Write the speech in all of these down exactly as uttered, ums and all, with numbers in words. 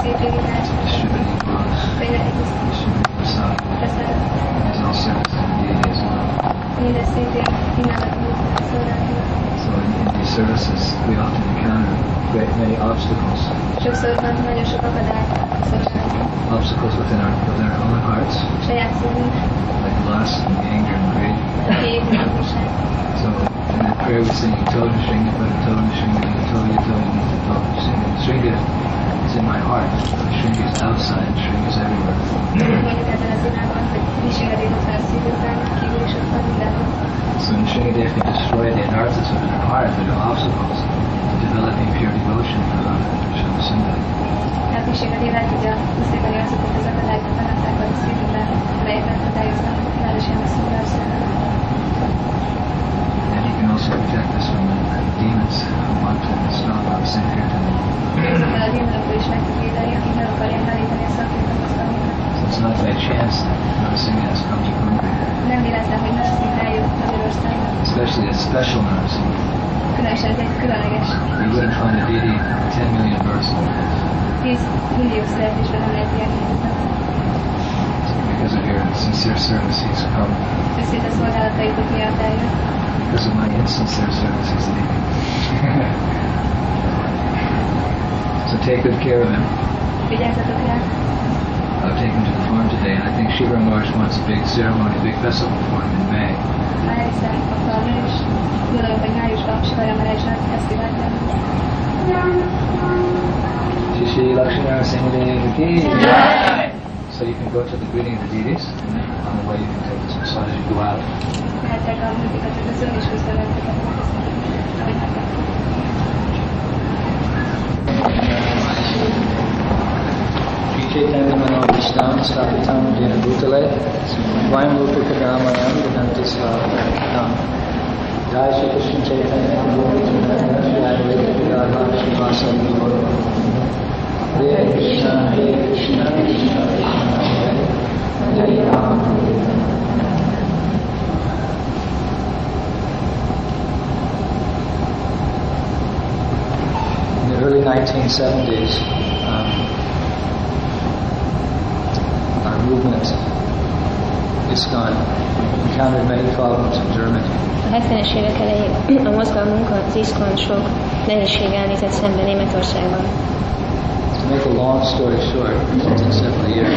distributing books, distributing prasad. There's all services and deity as well. So in, in these services we often encounter great many obstacles. Obstacles within our within our own hearts. Like lust and anger and greed. So in that prayer we sing Yito Shringa Bhagato Shringa Yito Yito Yito Shringa. Shringa is in my heart. Shringa is outside. Shringa is everywhere. So in Shringadev we destroy the anarthas within our heart, that are obstacles to developing pure devotion for Radha Krishna Sundari. Tehát is a évet tudja beszélni azokat az akadályokat, akadályokat, a szétben, amelyeket akadályoznak a felelősen a szolgálásra. And you can also protect us from the demons who want to stop our Sankirtan. Ezekkel a démonoktól is meg tud védeni, akik meg akarják állítani a Sankirtan. So it's not by chance that Narasimha has come to Kumbhi. Nem véletlen, hogy Narasimha eljött Magyarországra. Especially a special Narasimha. Különösen ez egy különleges. You wouldn't find a deity ten million births in life. tíz millió születésben nem lehet ilyen helyzetet. Because of your sincere service, he's come. Őszinte szolgálataitok miatt eljött. Because of my insincere service, he's leaving. So take good care of him. Vigyázzatok rá. I'll take him to the farm today, and I think Shiva Maharaj wants a big ceremony, a big festival for him in May. Már elhiszem a farmra, és gondolom, hogy májusban Shiva Maharajnak fesztivált rendez. Shri Lakshmi Narasimha ki. So you can go to the greeting of the deities. On the way you can take this massage as you go out. Shri Chaitanya Manavishtam Stapitam Jena Bhutale Vayam Rupakadamayam Vidanti Svavam Jai Shri Krishna Chaitanya Shri Advaita Gadadhar Srivasadi Gaura Hare Krishna Hare Krishna Krishna Krishna Hare Hare Rama. In the early nineteen seventies, um, our movement, ISKCON, encountered many problems in Germany. A hetvenes évek elején a mozgalmunk, az ISKCON sok nehézséggel nézett szembe Németországban. To make a long story short, it took several years.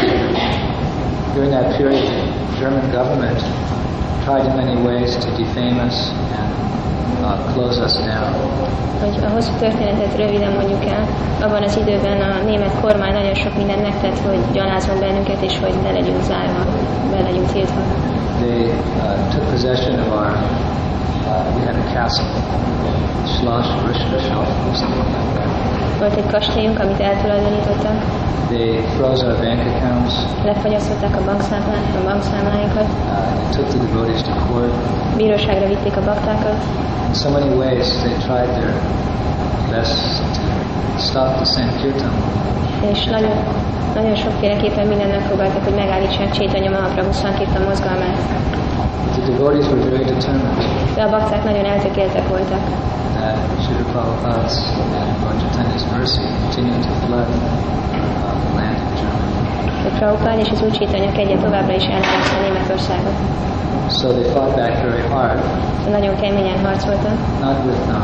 During that period, the German government tried in many ways to defame us and uh, close us down. Hogy a hosszú történetet röviden mondjuk el, abban az időben a német kormány nagyon sok mindent megtett, hogy gyalázzon bennünket, és hogy ne legyünk zárva, be legyünk tiltva. They uh, took possession of our, uh, we had a castle, Schloss Rischbischhof, or something like that. Volt egy kastélyunk, amit eltulajdonítottak. They froze our bank accounts. Lefagyasztották a bankszámláinkat. A bankszámláinkat. Uh, they took the devotees to court. Bíróságra vitték a baktákat. In so many ways, they tried their best to stop the Sankirtan. És nagyon, nagyon sokféleképpen mindent megpróbáltak, hogy megállítsák Chaitanya Mahaprabhu Sankirtan mozgalmát. The devotees were very determined. De a bakták nagyon eltökéltek voltak. That Srila Prabhupada's and Lord Chaitanya's mercy continued to flood uh, the land of Germany. A Prabhupád és az Úr Chaitanya kegye továbbra is ellenezte Németországot. So they fought back very hard. De nagyon keményen harcoltak. Not with um,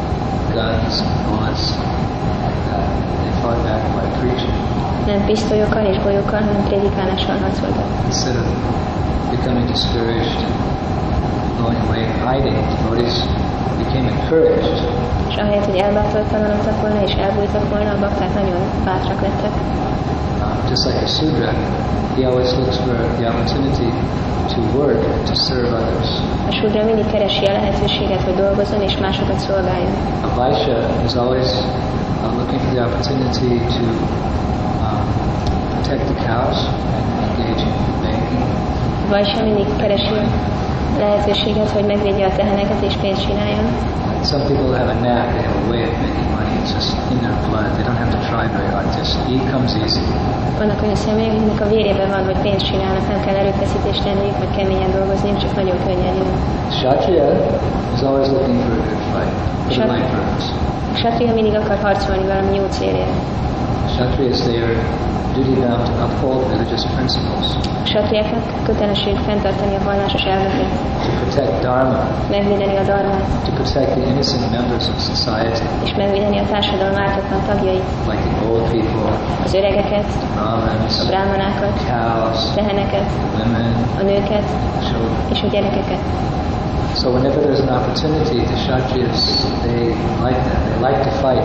guns and bullets. Uh, they fought back by preaching. Nem pisztolyokkal és golyókkal, hanem prédikálással harcoltak. Instead of becoming discouraged and going away and hiding, devotees became encouraged. És ahelyett, hogy elbátortalanodtak volna és elbújtak volna, a bakták nagyon bátrak lettek. Uh, just like a Sudra, he always looks for the opportunity to work, to serve others. A Sudra mindig keresi a lehetőséget, hogy dolgozzon és másokat szolgáljon. A Vaishya is always uh, looking for the opportunity to um, protect the cows and engage in banking. A Vaishya mindig keresi a lehetőséget, hogy megvédje a teheneket és pénzt csináljon. Some people have a knack, they have a way of making money. It's just in their blood. They don't have to try very hard. Just eat comes easy. Vannak olyan személyek, akiknek a vérében van, hogy pénzt csinálnak, nem kell erőfeszítést tenniük, vagy keményen dolgozniuk, csak nagyon könnyen jön. Kshatriya is always looking for a good fight, for the right purpose. Kshatriya mindig akar harcolni valami jó célért. Kshatriyas, they are duty bound to uphold religious principles. A satriáknak kötelesség fenntartani a vallásos elveket. To protect dharma. Megvédeni a dharmát. To protect the innocent members of society. És megvédeni a társadalom ártatlan tagjait. Like the old people. Az öregeket. Brahmins. A brahmanákat. Cows. Teheneket. Women. A nőket. Children. És a gyerekeket. So whenever there's an opportunity, the Kshatriyas, they like that. They like to fight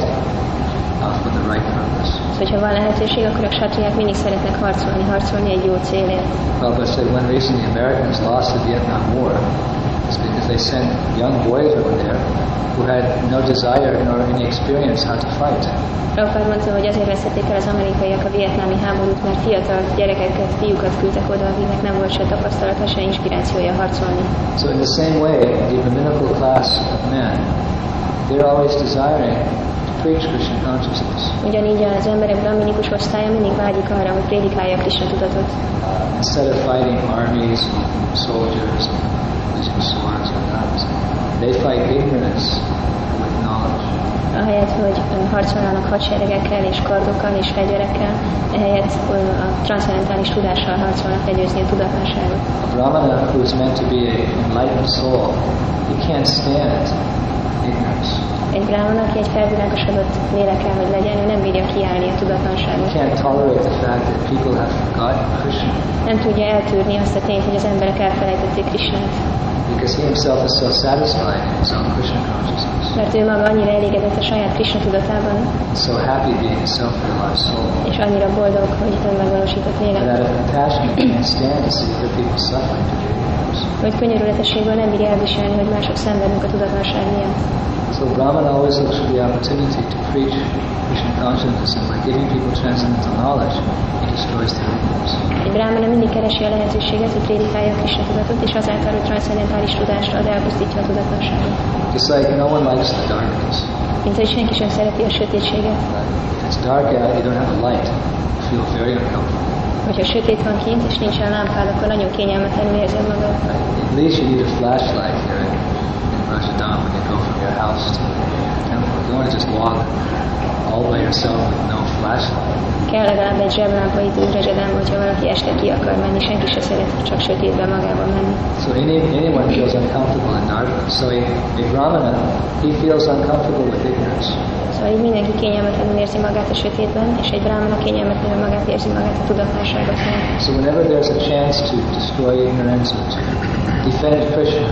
uh, for the right purpose. So, hogyha van lehetőség, akkor a satriák mindig szeretnek harcolni, harcolni egy jó célért. Prabhupada said one reason the Americans lost the Vietnam War is because they sent young boys over there who had no desire nor any experience how to fight. Prabhupada mondta, hogy azért veszették el az amerikaiak a vietnámi háborút, mert fiatal gyerekeket, fiúkat küldtek oda, akiknek nem volt se tapasztalata, se inspirációja harcolni. So in the same way, the Brahminical class of men, they're always desiring to preach Krishna consciousness. Ugyanígy az emberek brahminikus osztálya mindig vágyik arra, hogy prédikálja Krishna tudatot. Uh, instead of fighting armies and soldiers and using swords and guns, they fight ignorance with knowledge. Ahelyett, hogy harcolnának hadseregekkel és kardokkal és fegyverekkel, ehelyett a transzcendentális tudással harcolnak legyőzni a tudatlanságot. A brahmana who is meant to be an enlightened soul, he can't stand ignorance. Egy brahmana, aki egy felvilágosodott lélek kell, hogy legyen, ő nem bírja kiállni a tudatlanságot. He can't tolerate the fact that people have forgotten Krishna. Nem tudja eltűrni azt a tényt, hogy az emberek elfelejtették Krishnát. Because he himself is so satisfied in his own Krishna consciousness. Mert ő maga annyira elégedett a saját Krishna tudatában. So happy being a self-realized soul. És annyira boldog, hogy önmegvalósított lélek. But out of compassion, he can't stand to see other people suffering to their ignorance. Hogy könyörületességből nem bírja elviselni, hogy mások szenvednek a tudatlanság miatt. So Brahman always looks for the opportunity to preach Krishna consciousness, and by giving people transcendental knowledge, he destroys their ignorance. Egy brahmana mindig keresi a lehetőséget, hogy prédikálja a Krishna tudatot, és azáltal, hogy transzcendentális tudást ad, elpusztítja a tudatlanságot. Just like no one likes the darkness. Mint hogy senki sem szereti a sötétséget. If it's dark out, you don't have a light. You feel very uncomfortable. Hogyha sötét van kint, és nincsen lámpád, akkor nagyon kényelmetlenül érzed magad. At least you need a flashlight here in, in Rajadam when you go from your house to the temple. You don't want to just walk all by yourself with no flashlight. Kell legalább egy zseblámpa itt Rajadamban, hogyha valaki este ki akar menni, senki se szeret csak sötétben magában menni. So any, anyone feels uncomfortable in darkness. So a, a brahmana, he feels uncomfortable with ignorance. Szóval így mindenki kényelmetlenül érzi magát a sötétben, és egy brahmana kényelmetlenül magát érzi magát a tudatlanságban. So whenever there's a chance to destroy ignorance or to defend Krishna,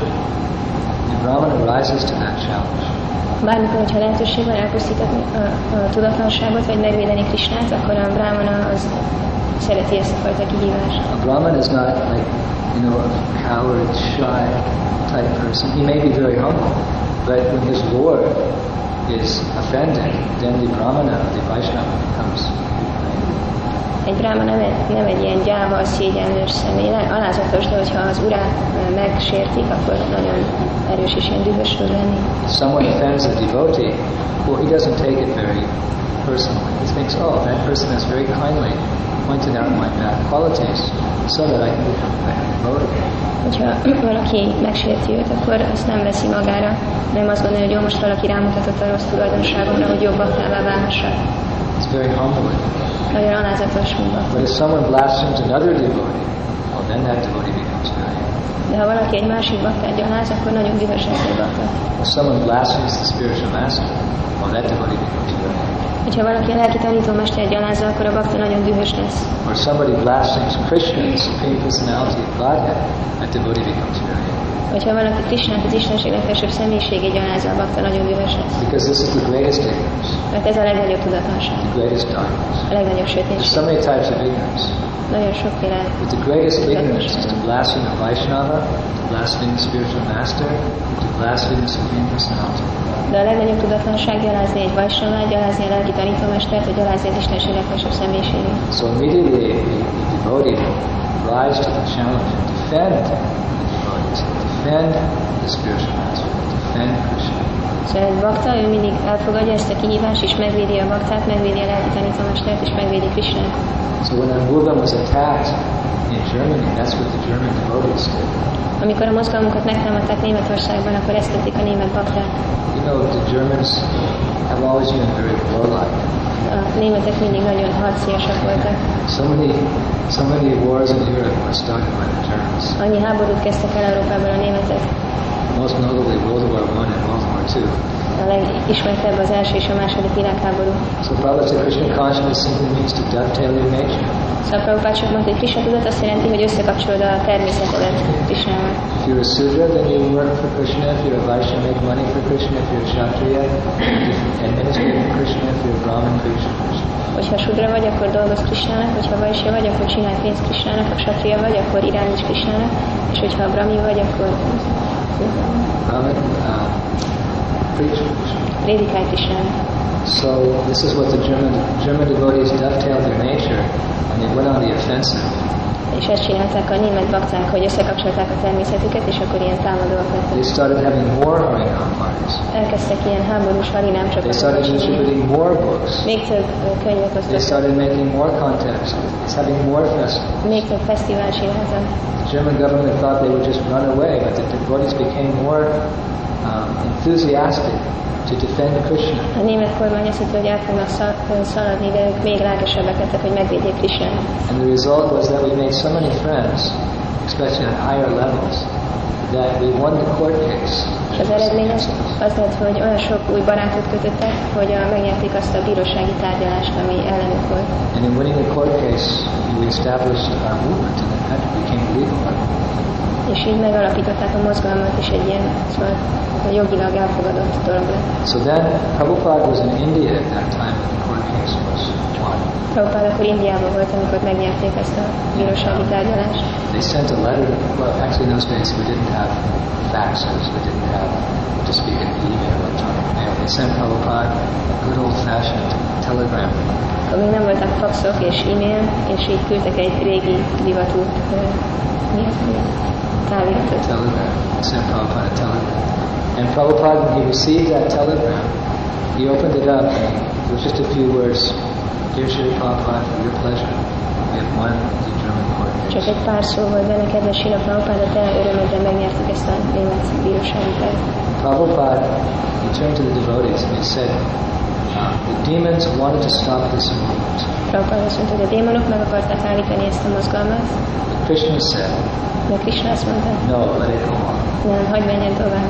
the brahmana rises to that challenge. Bármikor, hogyha lehetőség van elpusztítani a, a tudatlanságot, vagy megvédeni Krishnát, akkor a brahmana az szereti ezt a fajta kihívást. A brahmana is not like, you know, a coward, shy type person. He may be very humble, but when his lord is offended, then the brahmana, the Vaishnava becomes Egy brahmana nem egy, nem egy ilyen gyáva, szégyenlős személy, alázatos, de hogyha az urát megsértik, akkor nagyon erős és ilyen dühös tud lenni. If someone offends a devotee, well, he doesn't take it very personally. He thinks, oh, that person has very kindly pointed out my bad qualities so that I can become a better devotee. Hogyha valaki megsérti őt, akkor ezt nem veszi magára, nem azt gondolja, hogy jó, most valaki rámutatott a rossz tulajdonságomra, hogy jobb baktává válhassak. It's very humbling. Nagyon alázatos munka. But if someone blasphemes another devotee, well, then that devotee becomes very angry. De ha valaki egy másik baktát gyaláz, akkor nagyon dühös lesz egy bakta. If someone blasphemes the spiritual master, well, that devotee becomes very angry. Hogyha valaki a lelki tanítómestert gyalázza, akkor a bakta nagyon dühös lesz. Or somebody blasphemes Krishna, the Supreme Personality of Godhead, that devotee becomes very angry. Hogyha valaki Krishnát, az Istenség legfelsőbb személyiségét gyalázza, a bakta nagyon dühös lesz. Because this is the greatest ignorance. Mert ez a legnagyobb tudatlanság. The greatest darkness. A legnagyobb There's sötétség. so many types of ignorance. Nagyon sokféle. But the greatest ignorance is to blaspheme a Vaishnava, to blaspheme the spiritual master, to blaspheme the Supreme Personality. De a legnagyobb tudatlanság gyalázni egy Vaishnavát, gyalázni a lelki tanítómestert, vagy gyalázni az Istenség legfelsőbb személyiségét. So immediately the, the devotee will rise to the challenge and defend the devotees, defend the spiritual master, defend Krishna. Szóval egy bakta, ő mindig elfogadja ezt a kihívást, és megvédi a baktát, megvédi a lelki tanítómestert, és megvédi Krishnát. So when a movement was attacked in Germany, that's what the German devotees did. Amikor a mozgalmunkat megtámadták Németországban, akkor ezt tették a német bakták. You know, the Germans have always been very warlike. A németek mindig nagyon harciasak voltak. So many, so many wars in Europe were started by the Germans. Annyi háborút kezdtek el Európában a németek. Most notably World War One and World War Two. A legismertebb az első és a második világháború. So Prabhupada said Krishna consciousness simply means to dovetail your nature. Szóval Prabhupada csak mondta, hogy Krishna tudat azt jelenti, hogy összekapcsolod a természetedet Krishnával. If you're a Sudra, then you work for Krishna. If you're a Vaishya, make money for Krishna. If you're a Kshatriya, administrate for Krishna. If you're a Brahmin, Krishna. Hogyha Sudra vagy, akkor dolgozz Krishnának, hogyha Vaishya vagy, akkor csinálj pénzt Krishnának, ha Kshatriya vagy, akkor irányíts Krishnának, és hogyha a Brahmin vagy, akkor Brahmin, uh, preach Krishna. prédikálj Krishnának. So this is what the German German devotees dovetailed their nature, and they went on the offensive. És ezt csinálták a német bakták, hogy összekapcsolták a természetüket, és akkor ilyen támadóak lettek. They started having more Harinam parties. Elkezdtek ilyen háborús harinám They csoportokat started csinálni. distributing more books. Még több könyvet They osztottak. started making more contests. It's having more festivals. Még több fesztivál csináltak. The German government thought they would just run away, but the devotees became more um, enthusiastic to defend Krishna. A német kormány azt hitte, hogy el fognak szaladni, de ők még lelkesebbek lettek, hogy megvédjék Krishnát. And the result was that we made so many friends, especially at higher levels, that we won the court case. És az eredmény az, az lett, hogy olyan sok új barátot kötöttek, hogy a, megnyerték azt a bírósági tárgyalást, ami ellenük volt. And in winning the court case, we established our movement and the country became legal. És így megalapították a mozgalmat, és egy ilyen szóval, jogilag elfogadott dolog lett. So then, Prabhupada was in India at that time when the court case was won. Prabhupada akkor Indiában volt, amikor megnyerték ezt a bírósági tárgyalást. They sent a letter, well, actually in those days we didn't have faxes, we didn't have, to speak of email, electronic mail. They sent Prabhupada a good old-fashioned telegram. Akkor még nem voltak faxok és e-mail, és így küldtek egy régi divatú mi az, táviratot. Telegram. They sent Prabhupada a telegram. And Prabhupada, when he received that telegram, he opened it up and it was just a few words. Dear Shri Prabhupada, for your pleasure, we have won the German court case. Csak egy pár szó volt benne, kedves Srila Prabhupada, te örömödben megnyertük ezt a német bírósági pert. Prabhupada, he turned to the devotees and he said, uh, the demons wanted to stop this movement. Prabhupada azt mondta, hogy a démonok meg akarták állítani ezt a mozgalmat. But Krishna said, de Krishna azt mondta, no, let it go on. Nem, hagyd menjen tovább.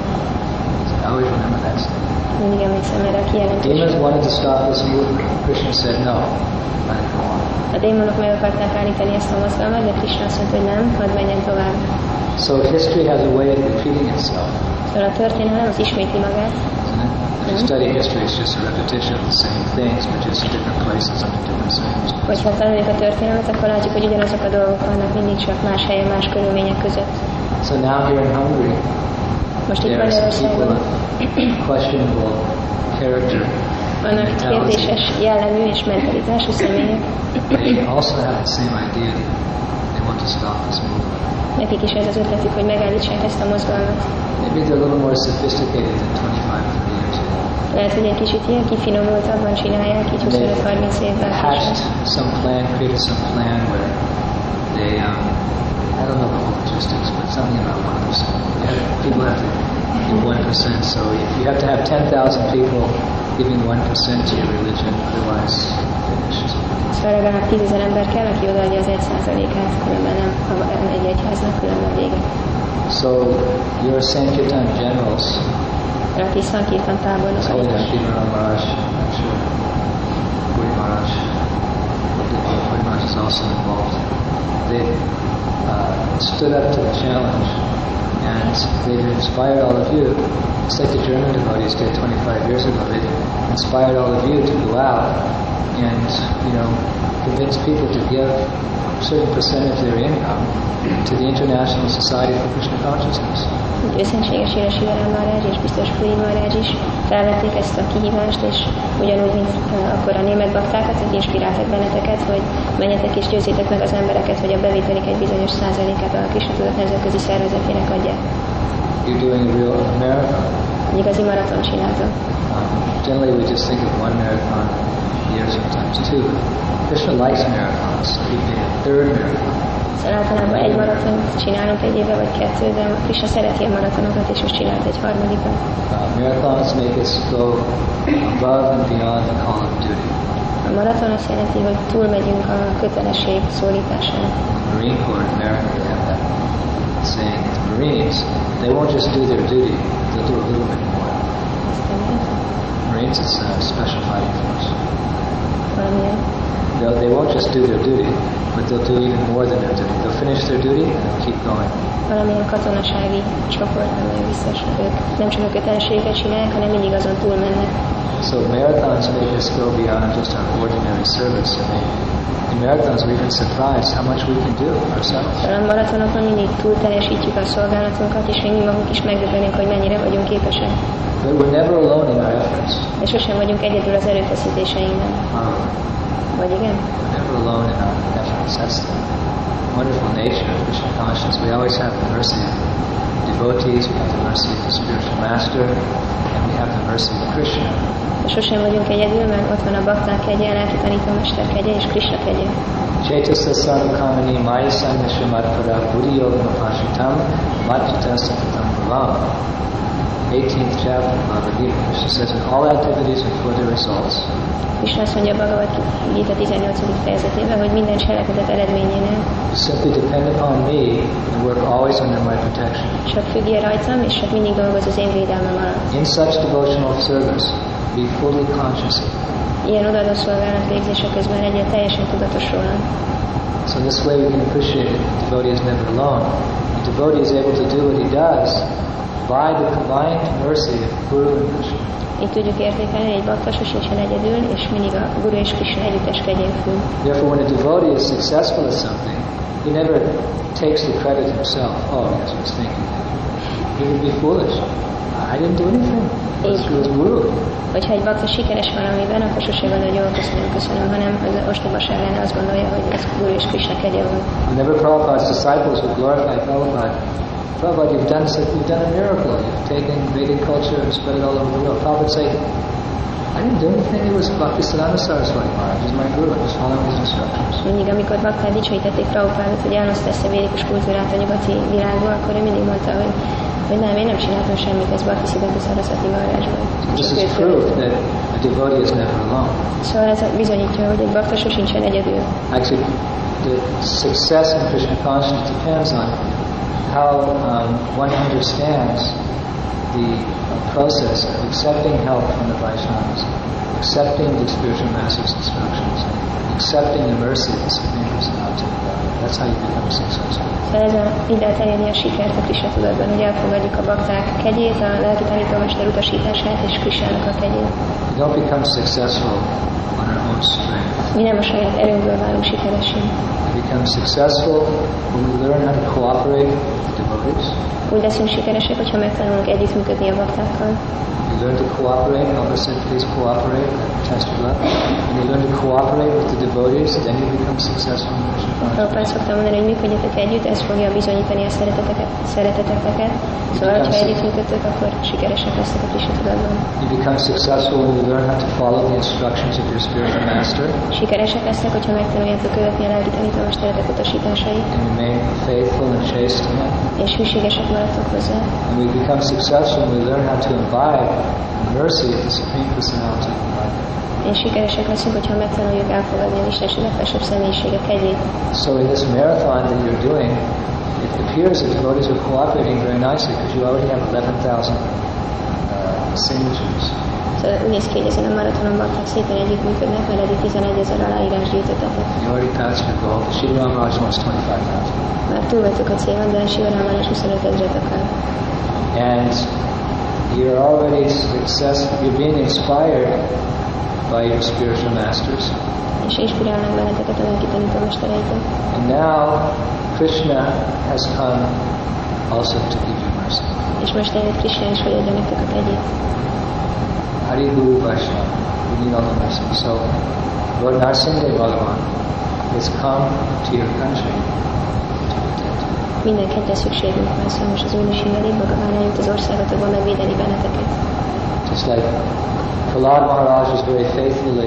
I always remember that statement. Mindig emlékszem erre a kijelentésre. Demons wanted to stop this movement. Krishna said, no, let it go on. A démonok meg akarták állítani ezt a mozgalmat, de Krishna azt mondta, hogy nem, hadd menjen tovább. So history has a way of repeating itself. Szóval a történelem az ismétli magát. If you study history, it's just a repetition of the same things, but just in different places under different circumstances. Hogyha tanuljuk a történelmet, akkor látjuk, hogy ugyanazok a dolgok vannak mindig csak más helyen, más körülmények között. So now here in Hungary, most itt there are some people Magyarországon of questionable character. vannak kérdéses jellemű és mentalitású személyek. They also have the same idea that they want to stop this movement. Nekik is ez az ötletük, hogy megállítsák ezt a mozgalmat. Maybe they're a little more sophisticated than twenty-five, thirty years ago. Lehet, hogy egy kicsit ilyen kifinomultabban csinálják, így huszonöt-harminc évvel hatched some plan, created some plan where they, um, I don't know the whole logistics, but something about one percent. People have to give one percent, so you have to have ten thousand people giving one percent to your religion, otherwise finished. Szóval legalább tízezer ember kell, aki odaadja az egy százalékát, különben nem, ha egy egyháznak különben vége. So your Sankirtan generals, aki Sankirtan tábornok, Holy Shivaram Maharaj, I'm sure, Puri Maharaj, Puri Maharaj is also involved. They uh, stood up to the challenge and they've inspired all of you, just like the German devotees did twenty-five years ago. They inspired all of you to go out and, you know, convince people to give a certain percent of their income to the International Society for Krishna Consciousness. Őszentséges Srila Shivaram Maharaj és biztos Puri Maharaj is felvették ezt a kihívást, és ugyanúgy, mint akkor a német baktákat, hogy inspiráltak benneteket, hogy menjetek és győzzétek meg az embereket, hogy a bevételik egy bizonyos százalékát a Krishna Tudat Nemzetközi Szervezetének adják. You're doing a real marathon. Egy igazi maraton csináltam. Um, generally we just think of one marathon a year, sometimes two. Krishna likes marathons, so he did a third marathon. Szóval általában egy maratont csinálunk egy éve vagy kettő, de Krishna szereti a maratonokat, és most csinált egy harmadikat. Uh, marathons make us go above and beyond the call of duty. A maraton azt jelenti, hogy túlmegyünk a kötelesség szólításán. Marine Corps in America, they have that saying, the Marines, they won't just do their duty, they'll do a little bit more. Marines, it's a special fighting force. Valamilyen. They'll, they won't just do their duty, but they'll do even more than their duty. They'll finish their duty and they'll keep going. Valamilyen katonasági csoport, amely biztos, ők nem csak a kötelességet csinálják, hanem mindig azon túlmennek. So marathons make us go beyond just our ordinary service. I mean, in marathons we're even surprised how much we can do ourselves. A maratonokon mindig túl teljesítjük a szolgálatunkat, és mi magunk is megdöbbenünk, hogy mennyire vagyunk képesek. But we're never alone in our efforts. És sosem vagyunk egyedül az erőfeszítéseinkben. Um, Vagy igen? We're never alone in our efforts. That's the wonderful nature of Krishna consciousness. We always have the mercy of devotees, we have the mercy of the spiritual master, and we have the mercy of Krishna. És sosem vagyunk egyedül, mert ott van a bakták kegye, a lelki tanítómester kegye és Krishna kegye. Chaitasa sanukamani maya sanyasya madpada buddhi yoga pashitam madhita satatam bhavam. eighteenth chapter of Bhagavad Gita. Krishna says, in all activities and for their results. Krishna azt mondja a Bhagavad Gita tizennyolcadik fejezetében, hogy minden cselekedet eredményénél Simply depend upon me and work always under my protection. csak függél rajtam, és csak mindig dolgoz az én védelmem alatt. In such devotional service, be fully conscious. Ilyen odaadó szolgálat végzése közben legyél teljesen tudatos rólam. So this way we can appreciate it. The devotee is never alone. The devotee is able to do what he does by the combined mercy of Guru and Krishna. Így tudjuk értékelni, hogy egy bakta sosincsen egyedül, és mindig a Guru és Krishna együttes kegyén fül. Therefore, when a devotee is successful at something, he never takes the credit himself. Oh, yes, I was thinking. He would be foolish. I didn't do anything. It's Guru. Hogyha egy bakta sikeres valamiben, akkor sose gondolja, hogy jól köszönöm, köszönöm, hanem az ostobaság lenne, azt gondolja, hogy ez Guru és Krishna kegye volt. Whenever Prabhupada's disciples would glorify Prabhupada, Prabhupada, you've done, you've done a miracle. You've taken Vedic culture and spread it all over the world. Prabhupada would say, I didn't do anything. It was Bhaktisiddhanta Saraswati Maharaj. He's my guru. I was following his instructions. Mindig, amikor bakták dicsőítették Prabhupádot, hogy elhozta ezt a védikus kultúrát a nyugati világba, akkor ő mindig mondta, hogy, hogy nem, én nem csináltam semmit, ez Bhaktisiddhanta Saraswati Maharaj volt. This is proof that a devotee is never alone. Szóval ez bizonyítja, hogy egy bakta sosincsen egyedül. Actually, the success in Krishna consciousness depends on how um, one understands the process of accepting help from the Vaishnavas, accepting the spiritual master's instructions, accepting the mercy of the Supreme Personality of God. That's how you become successful. Szóval ez a, így lehet elérni a sikert a Krishna tudatban, hogy elfogadjuk a bakták kegyét, a lelki tanítómester utasítását és Krishnának a kegyét. We don't become successful on our own strength. Mi nem a saját erőnkből válunk sikeressé. We become successful when we learn how to cooperate with the devotees. Úgy leszünk sikeresek, hogyha megtanulunk együttműködni a baktákkal. You learn to cooperate. Elder said, please cooperate. Test your luck. When you learn to cooperate with the devotees, then you become successful in Krishna consciousness. Prabhupád szoktam mondani, hogy működjetek együtt, ez fogja bizonyítani a szereteteket, szereteteteket. Szóval, ha együttműködtök, akkor sikeresek lesznek a Krishna tudatban. You become successful when you learn how to follow the instructions of your spiritual master. Sikeresek lesznek, hogyha megtanuljátok követni a lelki tanítómesteretek utasításait. And remain faithful and chaste to him. És hűségesek maradtok hozzá. And we become successful when we learn how to imbibe the mercy of the Supreme Personality of God. És sikeresek leszünk, hogyha megtanuljuk elfogadni a Istenség legfelsőbb személyisége kegyét. So in this marathon that you're doing, it appears that devotees are cooperating very nicely because you already have eleven thousand uh, signatures. Szóval úgy néz ki, hogy ezen a maratonon bakták szépen együttműködnek, mert eddig tizenegyezer aláírás gyűjtöttetek. You already passed your goal. Shiva Ram Raj wants twenty-five thousand. Már túlvettük a célon, de Shiva Ram Raj huszonöt ezret akar. And you're already success. You're being inspired by your spiritual masters. És inspirálnak benneteket a lelki tanítómestereitől. And now Krishna has come also to give you mercy. És most eljött Krishna is, hogy adja nektek a kegyét. Hari Guru Vaishnava, we need all the mercy. So Lord Narasimha Bhagavan has come to your country to protect you. Minden kegyre szükségünk van, szóval most az Úrnösi Merék Bhagavan eljött az országotokban megvédeni benneteket. Just like Prahlad Maharaj was very faithfully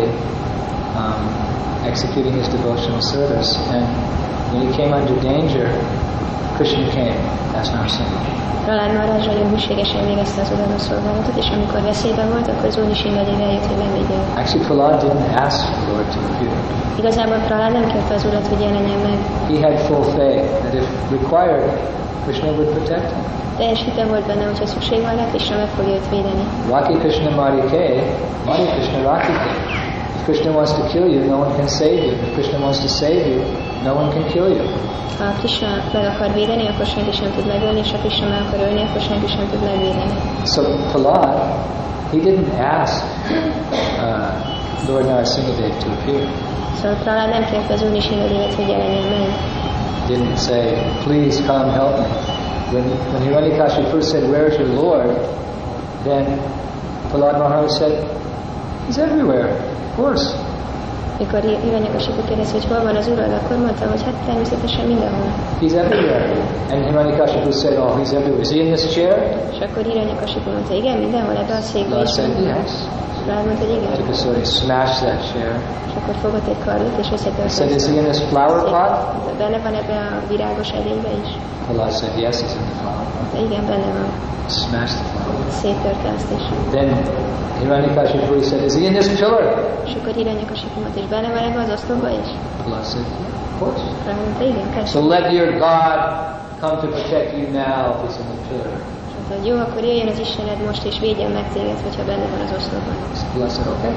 um, executing his devotional service, and when he came under danger, Krishna came as Narasimha. Prahlad Maharaj nagyon hűségesen végezte az udaló szolgálatot, és amikor veszélyben volt, akkor az Úr Nisringadev eljött, hogy megvédje. Actually, Prahlad didn't ask the Lord to appear. Igazából Prahlad nem kérte az Urat, hogy jelenjen meg. He had full faith that if required, Krishna would protect him. Teljes hite volt benne, hogyha szükség van rá, Krishna meg fogja őt védeni. Raki Krishna Marike, Mari Krishna Rakike. If Krishna wants to kill you, no one can save you. If Krishna wants to save you, no one can kill you. Ha Krishna meg akar védeni, akkor senki sem tud megölni, és ha Krishna meg akar ölni, akkor senki sem tud megvédeni. So Prahlad, he didn't ask uh, Lord Narasimhadev to appear. Szóval Prahlad nem kérte az Úr Nisringadevet, hogy jelenjen meg. Didn't say, please come help me. When, when Hiranyakashipu said, where is your Lord? Then Prahlad Maharaj said, he's everywhere, of course. Mikor Hiranyakashipu kérdezte, hogy hol van az Urad, akkor mondta, hogy hát természetesen mindenhol. He's everywhere. And Hiranyakashipu said, oh, he's everywhere. Is he in this chair? És akkor Hiranyakashipu mondta, igen, mindenhol ebben a székben Lord is. said, yes. Prahlad mondta, hogy igen. Took a sword, he smashed that chair. És akkor fogott egy kardot, és összetörte. He said, is he in this flower pot? Benne van ebben a virágos edényben is? Prahlad said, yes, he's in the flower pot. De igen, benne van. Smashed the flower pot. Széttörte azt is. Then Hiranyakashipu said, is he in this pillar? És akkor Hiranyakashipu mondta, és benne van ebben az oszlopban is? Prahlad said, of course. Prahlad mondta, igen, persze. So let your God come to protect you now if he's in the pillar. És mondta, hogy jó, akkor jöjjön az Istened most, és védjen meg téged, hogyha benne van az oszlopban. So Prahlad said, okay.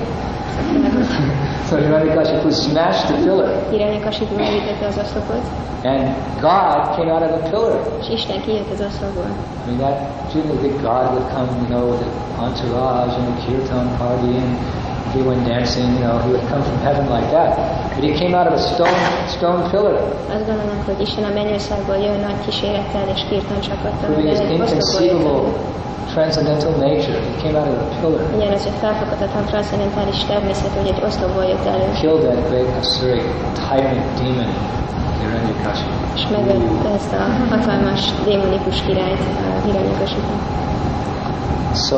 So Hiranyakashipu smashed the pillar. Hiranyakashipu megütötte az oszlopot, And God came out of the pillar. és Isten kijött az oszlopból. I mean, that, you didn't think God would come, you know, with an entourage and a kirtan party and everyone dancing, you know, he would come from heaven like that. But he came out of a stone stone pillar. Azt gondolom, hogy Isten a mennyországból jön nagy kísérettel és kirtan csapattal. Proving his inconceivable transcendental nature. He came out of a pillar. Igen, ez egy felfoghatatlan transzendentális természet, hogy egy oszlopból jött elő. Killed that great Asuric tyrant demon, Hiranyakashipu. És megölte ezt a hatalmas démonikus királyt, Hiranyakashipu. So,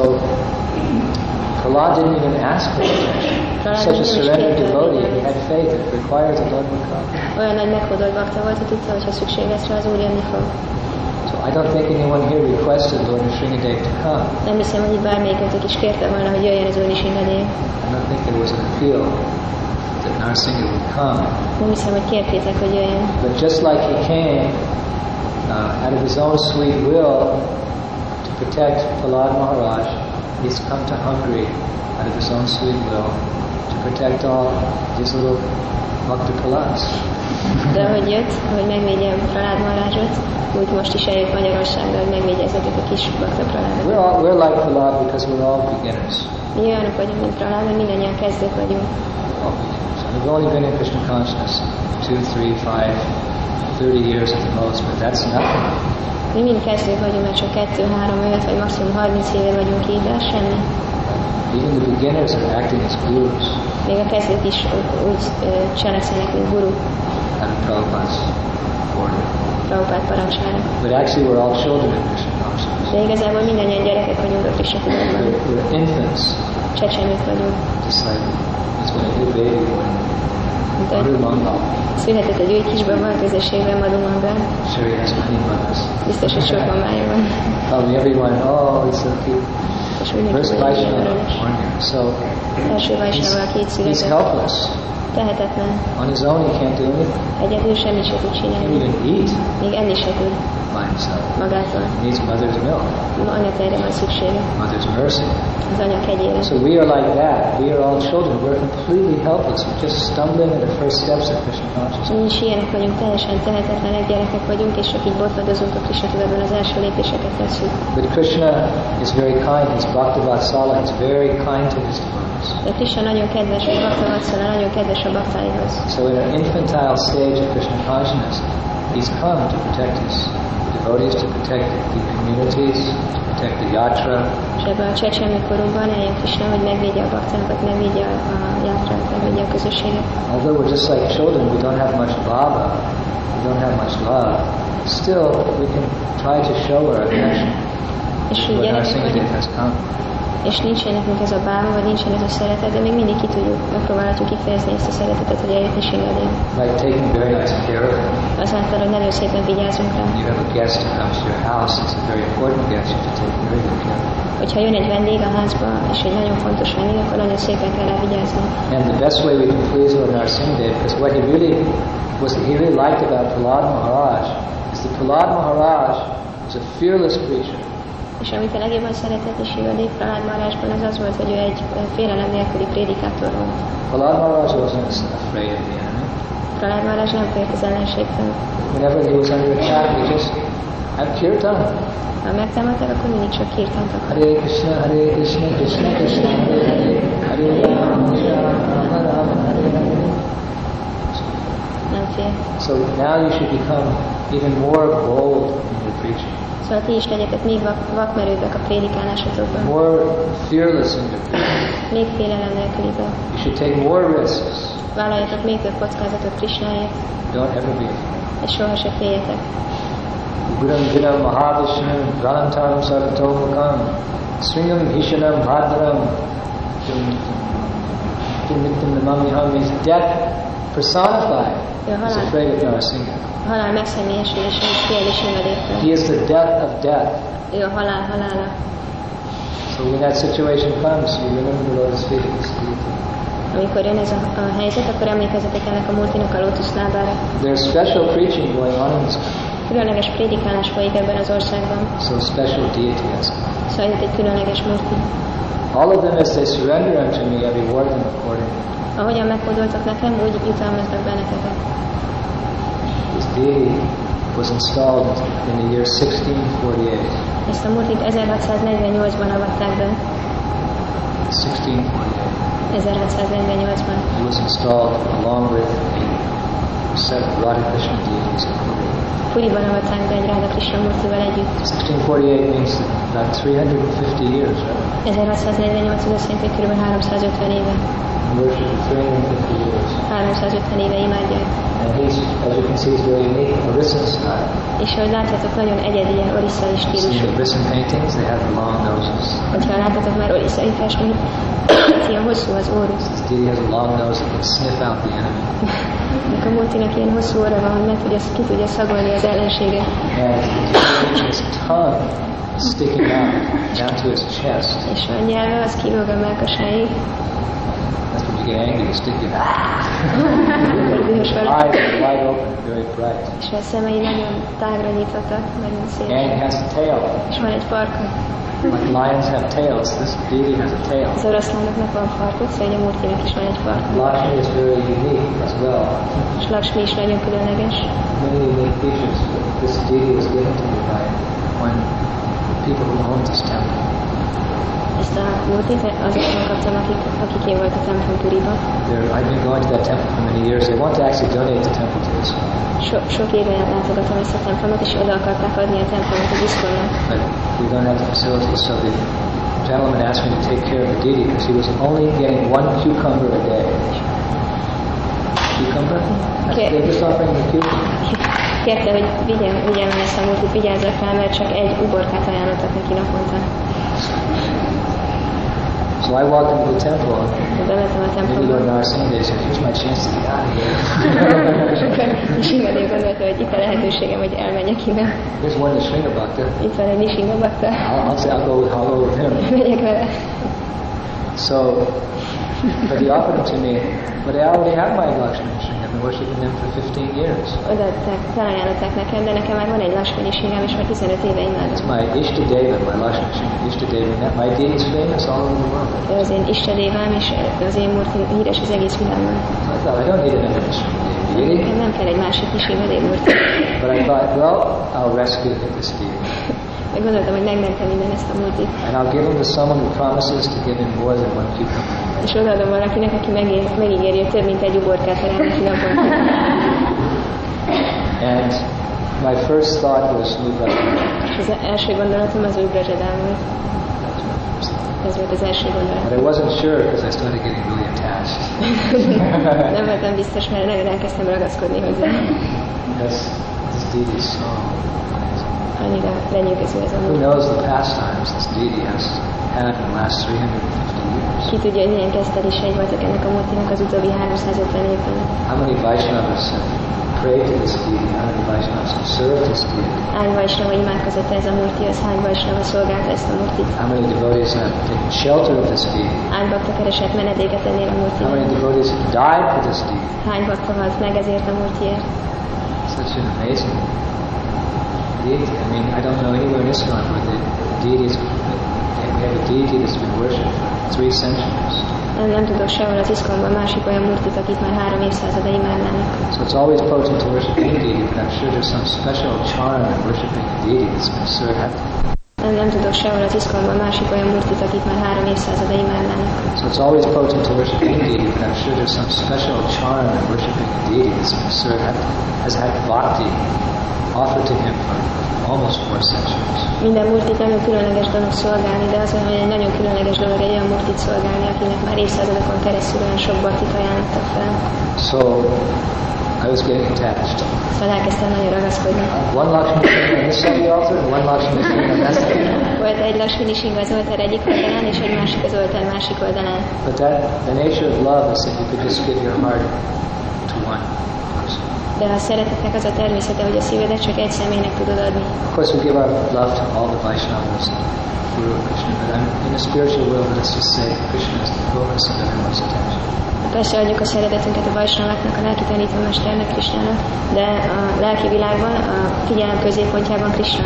Prahlad didn't even ask for protection. Such a surrendered devotee, he had faith that requires the Lord will come. Olyan nagy meghódolt bakta volt, hogy tudta, hogy ha szükség lesz rá, az Úr jönni fog. So I don't think anyone here requested Lord Nrsingadev to come. Nem hiszem, hogy itt bármelyikőtök is kérte volna, hogy jöjjön az Úr Nisringadev. I don't think there was an appeal that Narasimha would come. Nem hiszem, hogy kértétek, hogy jöjjön. But just like he came uh, out of his own sweet will to protect Prahlad Maharaj, he's come to Hungary out of his own sweet will to protect all these little Bhakta Prahlads. De ahogy jött, hogy megvédje Prahlad Maharajot, úgy most is eljött Magyarországra, hogy megvédje ezeket a kis Bhakta Prahladokat. We're, all, we're like Prahlad because we're all beginners. Mi olyanok vagyunk, mint Prahlad, hogy mindannyian kezdők vagyunk. All beginners. And we've only been in Krishna consciousness two, three, five, thirty years at the most, but that's nothing. Mi mind kezdők vagyunk, mert csak kettő, három, öt, vagy maximum harminc éve vagyunk így, de semmi. Even the beginners are acting as gurus. Még a kezdők is úgy cselekszenek, mint guru. Out of Prabhupada's order. Prabhupád parancsára. But actually we're all children in Krishna consciousness. De igazából mindannyian gyerekek vagyunk a Krishna tudatban. We're, we're infants. Csecsemők vagyunk. Just like it's when a new baby born. Madhumanga. Született egy új kisbaba a közösségben, Madhumanga. Sure, he has many mothers. Biztos, hogy sok mamája van. Probably everyone, oh, he's so cute. És mindenki First nagyon Vaishnava aranyos. born here. So Első Vaishnava, aki itt he's született. helpless. Tehetetlen. On his own, he can't do anything. Egyedül semmit se tud He can't csinálni. even eat Még enni se tud by himself. magától. He needs mother's milk, Anyatejre van szüksége. mother's mercy. Az anya kegyére. So we are like that. We are all children. We're completely helpless. We're just stumbling at the first steps of Krishna consciousness. Mi is ilyenek vagyunk, teljesen tehetetlenek gyerekek vagyunk, és csak így botladozunk a Krishna tudatban, az első lépéseket tesszük. But Krishna is very kind. He's Bhaktivatsala. He's very kind to his devotees. De Krishna nagyon kedves, hogy Bhaktivatsala, nagyon kedves a baktáihoz. So in an infantile stage of Krishna consciousness, he's come to protect his devotees, to protect the communities, to protect the yatra. És ebben a csecsemő korunkban eljön Krishna, hogy megvédje a baktákat, megvédje a játrát, megvédje a közösséget. Although we're just like children, we don't have much bhava, we don't have much love, still we can try to show our affection És when így our gyerekek vagyunk, Nrsingadev has come. És nincsen nekünk ez a bálma, vagy nincsen ez a szeretet, de még mindig ki tudjuk, megpróbálhatjuk kifejezni ezt a szeretetet, hogy eljött Nishingadév. Like taking very nice care of him. Azáltal, hogy nagyon szépen vigyázunk rá. You have a guest who comes to your house, it's a very important guest, you have to take very good care of him. Hogyha jön egy vendég a házba, és egy nagyon fontos vendég, akkor nagyon szépen kell rá vigyázni. And the best way we can please Lord Narasimhadev, because what he really was, he really liked about Prahlad Maharaj, is that Prahlad Maharaj was a fearless preacher. És amit a legjobban szeretett is Shivadev Prahlad Maharajban, az az volt, hogy ő egy félelem nélküli prédikátor volt. Prahlad Maharaj wasn't afraid of the enemy. Prahlad Maharaj nem félt az ellenségtől. Whenever he was under attack, he just had kirtan. Ha megtámadtak, akkor mindig csak kirtant akar. Hare Krishna, Hare Krishna, Krishna Krishna, Hare Hare, Hare Rama, Rama Rama, Hare Hare. Nem fél. So now you should become even more bold in your preaching. Szóval ti is legyetek még vak, vakmerőbbek a prédikálásotokban. More fearless in your preaching. Még félelem nélküliből. You should take more risks. Vállaljatok még több kockázatot Krishnáért. Don't ever be afraid. És soha se féljetek. Guram Vinam Mahavishnu Pranantaram Sarvatokam Swingam Hishanam Bhadram Jumnitam Namamiham is death personified. He's afraid of Narasimha. Halál megszemélyesülése, és fél Nishingadévtől. He is the death of death. Ő a halál halála. So when that situation comes, you remember the Lotus feet of this deity. Amikor jön ez a, a helyzet, akkor emlékezzetek ennek a multinak a lótuszlábára. There's special preaching going on in this country. Különleges prédikálás folyik ebben az országban. So special deity has come. Szóval itt egy különleges multi. All of them, as they surrender unto me, I reward them accordingly. Ahogyan meghódoltak nekem, úgy jutalmaznak benneteket. This deity was installed in the year sixteen forty-eight. Ezt a multit ezerhatszáznegyvennyolcban avatták be. sixteen forty-eight. ezerhatszáznegyvennyolcban. It was installed along with a set of Radha Krishna deities in Puri. Puriban avatták be egy Radha Krishna multival együtt. sixteen forty-eight means about three hundred fifty years, right? ezerhatszáznegyvennyolc az azt jelenti, hogy kb. háromszázötven éve. Worship of three hundred fifty years. háromszázötven éve imádják. And he's, as you can see, is very unique, Orissa style. És ahogy látjátok, nagyon egyedi ilyen orisszai stílusú. See the Orissa paintings, they have long noses. Hogyha látjátok már orisszai festményt, ilyen hosszú az órus. This deity has a long nose that can sniff out the enemy. A multinak ilyen hosszú óra van, hogy meg tudja, ki tudja szagolni az ellenséget. And his tongue is sticking out down to his chest. És a nyelve az kilóg a mellkasáig. That's when you get angry, you stick it out. His eyes are wide open, very bright. És a szemei nagyon tágra nyitottak, nagyon szép. And he has a tail. És van egy farka. Like lions have tails, this deity has a tail. Az oroszlánoknak van farkuk, szóval a Murtinak is van egy farka. Lakshmi is very unique as well. És Lakshmi is nagyon különleges. Many unique features. This deity was given to me by one people who owned this temple. Ezt a Murtit azoknak kaptam, akik, akik én volt a templom Puriban. I've been going to that temple for many years. They want to actually donate the temple to this. So, sok éve látogatom ezt a templomot, és oda akarták adni a templomot az iszkolnak. But we don't have the facilities, so the gentleman asked me to take care of the deity because he was only getting one cucumber a day. Cucumber? Okay. They're just offering the cucumber. Kérte, hogy vigyem, vigyem ezt a multit, vigyázzak rá, mert csak egy uborkát ajánlottak neki naponta. So I walked into the temple, and maybe Lord Narasimha said, here's my chance to get out of here. Nishingadév gondolta, hogy itt a lehetőségem, hogy elmenjek innen. Here's one Nishingadbhakta. Itt van egy Nishingadbhakta. I'll, say, I'll, go with, I'll go with him. Megyek vele. So, but he offered them to me, but I already have my Lakshmi Nishinga. I've been worshiping them for fifteen years. Odaadták, felajánlották nekem, de nekem már van egy Lakshmi Nishingám, és már tizenöt éve imádom. It's my Ishtadeva, my Lakshmi Nishinga. Ishtadeva, my deity is famous all over the world. Az én Istadévám, és az én Murtim híres az egész világon. So I thought, I don't need another Nishingadeva deity. Nekem nem kell egy másik Nishingadév Murti. But I thought, well, I'll rescue this deity. Meg gondoltam, hogy megmentem innen ezt a Murtit. And I'll give him to someone who promises to give him more than one cucumber. És odaadom valakinek, aki megír, megígéri, hogy több mint egy uborkát terem neki naponta. And my first thought was Nubrajadam. És az első gondolatom az Nubrajadam volt. Ez volt az első gondolat. But I wasn't sure because I started getting really attached. Nem voltam biztos, mert nagyon elkezdtem ragaszkodni hozzá. Because this deity is so annyira lenyűgöző ez a Who knows the pastimes this deity has had in the last three hundred fifty years. Ki tudja, hogy milyen kezdetései voltak ennek a murtinak az utóbbi háromszázötven évben. How many Vaishnavas have prayed to this deity? How many Vaishnavas have served this deity? Hány Vaishnava imádkozott ez a murtihoz, hány Vaishnava szolgálta ezt a murtit? How many devotees have taken shelter of this deity? Hány bakta keresett menedéket ennél a How murtinak? many devotees have died for this deity? Hány bakta halt meg ezért a murtiért? Such an amazing deity. I mean, I don't know anywhere in ISKCON where the deities, we have a deity that's been worshipped for three centuries. Nem tudok sehol az iszkonban másik olyan murtit, akit már három évszázada imádnának. So it's always potent to worship any deity, but I'm sure there's some special charm in worshiping a deity that's been served. Nem, nem tudok sehol az iszkonban másik olyan murtit, akit már három évszázada imádnának. So it's always potent to worship any deity, but I'm sure there's some special charm in worshiping a deity that's been served, has had bhakti offered to him for almost four centuries. Minden murtit nagyon különleges dolog szolgálni, de az, hogy egy nagyon különleges dolog egy olyan murtit szolgálni, akinek már évszázadokon keresztül olyan sok bhaktit ajánlottak fel. So I was getting attached. Szóval elkezdtem nagyon ragaszkodni. One Lakshmi Singha on this side of the altar, and one Lakshmi Singha on that side. Volt egy Lakshmini Singha az oltár egyik oldalán, és egy másik az oltár másik oldalán. But that, the nature of love is that you could just give your heart to one person. De a szeretetnek az a természete, hogy a szívedet csak egy személynek tudod adni. Of course, we give our love to all the Vaishnavas, Guru Krishna, but I'm, in the spiritual world, let's just say Krishna is the focus of everyone's attention. Persze adjuk a szeretetünket a Vaishnavaknak, a lelki tanítómesternek, Krishnának, de a lelki világban a figyelem középpontjában Krishna.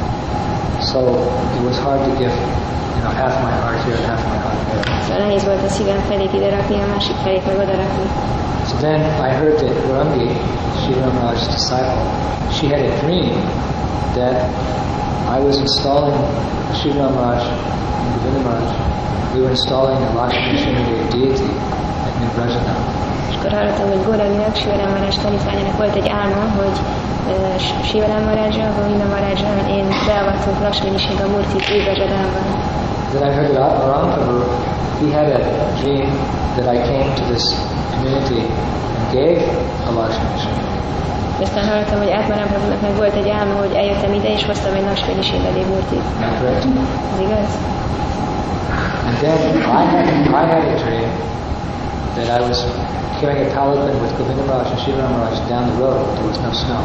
So it was hard to give, you know, half my heart here and half my heart there. Szóval nehéz volt a szívem felét ide rakni, a másik felét meg oda rakni. So then I heard that Rangi, Sridhar Maharaj's disciple, she had a dream that I was installing Sridhar Maharaj and Govinda Maharaj. We were installing a Lakshmi Srinivaya deity at New Brajadam. És akkor hallottam, hogy Góranginak, Sivaram Maharaj tanítványának volt egy álma, hogy uh, Sivaram Maharajra, Govinda Maharajra én beavattunk Lakshmini Singha Murtit új Brajadamban. Then I heard that Ram Prabhu, he had a dream that I came to this community and gave a Lakshmi Srinivaya. Aztán hallottam, hogy Átmarám Prabhunak meg volt egy álma, hogy eljöttem ide és hoztam egy Lakshmini Singha Murtit. Ez igaz? And then I had, I had a dream that I was carrying a palanquin with Govinda Maharaj and Shivaram Maharaj down the road. There was no snow.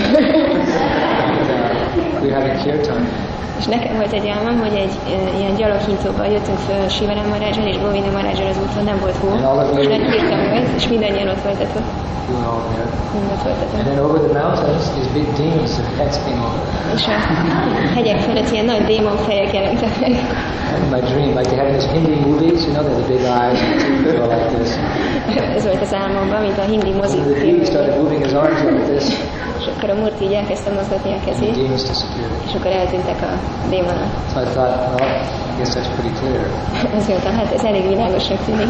and, uh, we were having kirtan. És nekem volt egy álmom, hogy egy uh, ilyen gyaloghintóban jöttünk föl Sivaram Maharajral és Govinda Maharajral az úton, nem volt hó, és nem írtam volt, és mindannyian ott voltatok. We were all there. Mindent voltatok. And then over the mountains, these big demons, their heads came over. És a hegyek fölött ilyen nagy démon fejek jelentek meg. And my dream, like they have these Hindi movies, you know, they have the big eyes and teeth go like this. Ez volt az álmomban, mint a hindi mozik. And the demon started moving his arms like this. És akkor a Murti így elkezdte mozgatni a kezét. The demons disappeared. És akkor eltűntek a démonok. So I thought, well, I guess that's pretty clear. Azt mondtam, hát ez elég világosnak tűnik.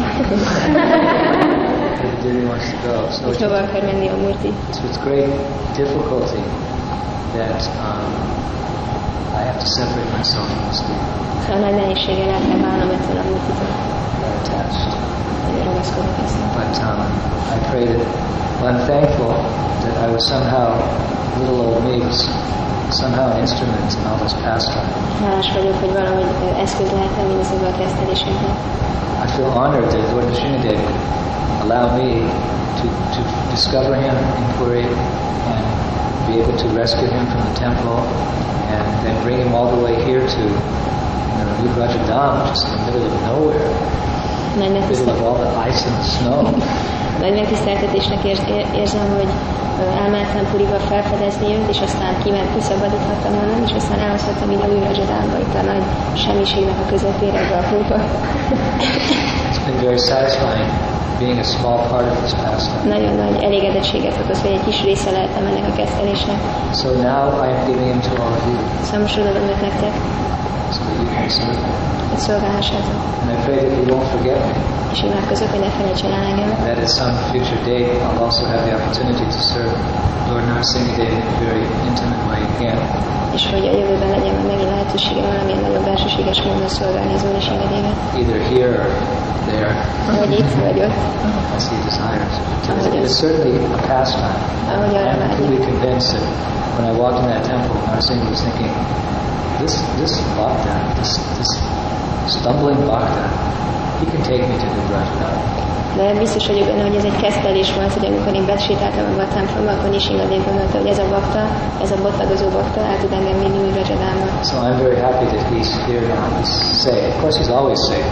The demon wants to go. So Hogy hova akar menni a Murti. it's with great difficulty that um, I have to separate myself from this demon. Szóval nagy nehézséggel el kell válnom ettől a Murtitól. I'm attached. Nagyon ragaszkodok ezt. But um, I pray that, well, I'm thankful that I was somehow, little old me was somehow an instrument in all this pastime. Hálás vagyok, hogy valahogy eszköz lehetem mindezekben a kezdelésekben. I feel honored that Lord Nrsimhadev would allow me to, to discover him, inquiry, and be able to rescue him from the temple, and then bring him all the way here to, you know, New Brajadam, which is in the middle of nowhere, in the middle of all the ice and snow. Nagy megtiszteltetésnek érzem, hogy elmentem Puriba felfedezni őt, és aztán kiment, kiszabadíthattam onnan, és aztán elhozhattam ide újra Brajadamba, itt a nagy semmiségnek a közepére ebbe a hóba. It's been very satisfying being a small part of this pastime. Nagyon nagy elégedettséget okoz, hogy egy kis része lehetem ennek a kezdelésnek. So now I am giving him to all of you, Szóval most odaadom őt nektek, so that you can serve him. hogy szolgálhassátok. And I pray that you won't forget me, És imádkozok, hogy ne felejtsen el engem. that at some future date I'll also have the opportunity to serve Lord Nrsimhadev in a very intimate way again. És hogy a jövőben legyen meg megint lehetőségem valamilyen nagyobb belsőséges módon szolgálni az Úr és engedélyével. Either here or there, Vagy itt, vagy ott. as he desires. It is certainly a pastime. Ahogy arra I'm vágyik. completely convinced that when I walked in that temple, Nrsimha was thinking, this this bhakta, this this stumbling bhakta, he can take me to the Vrajadam. De biztos vagyok benne, hogy ez egy kezdtelés volt, hogy amikor én besétáltam a templomba, akkor Nishingadev gondolta, hogy ez a bakta, ez a botlagozó bakta el tud engem vinni új Vrajadámba. So I'm very happy that he's here now. He's safe. Of course, he's always safe.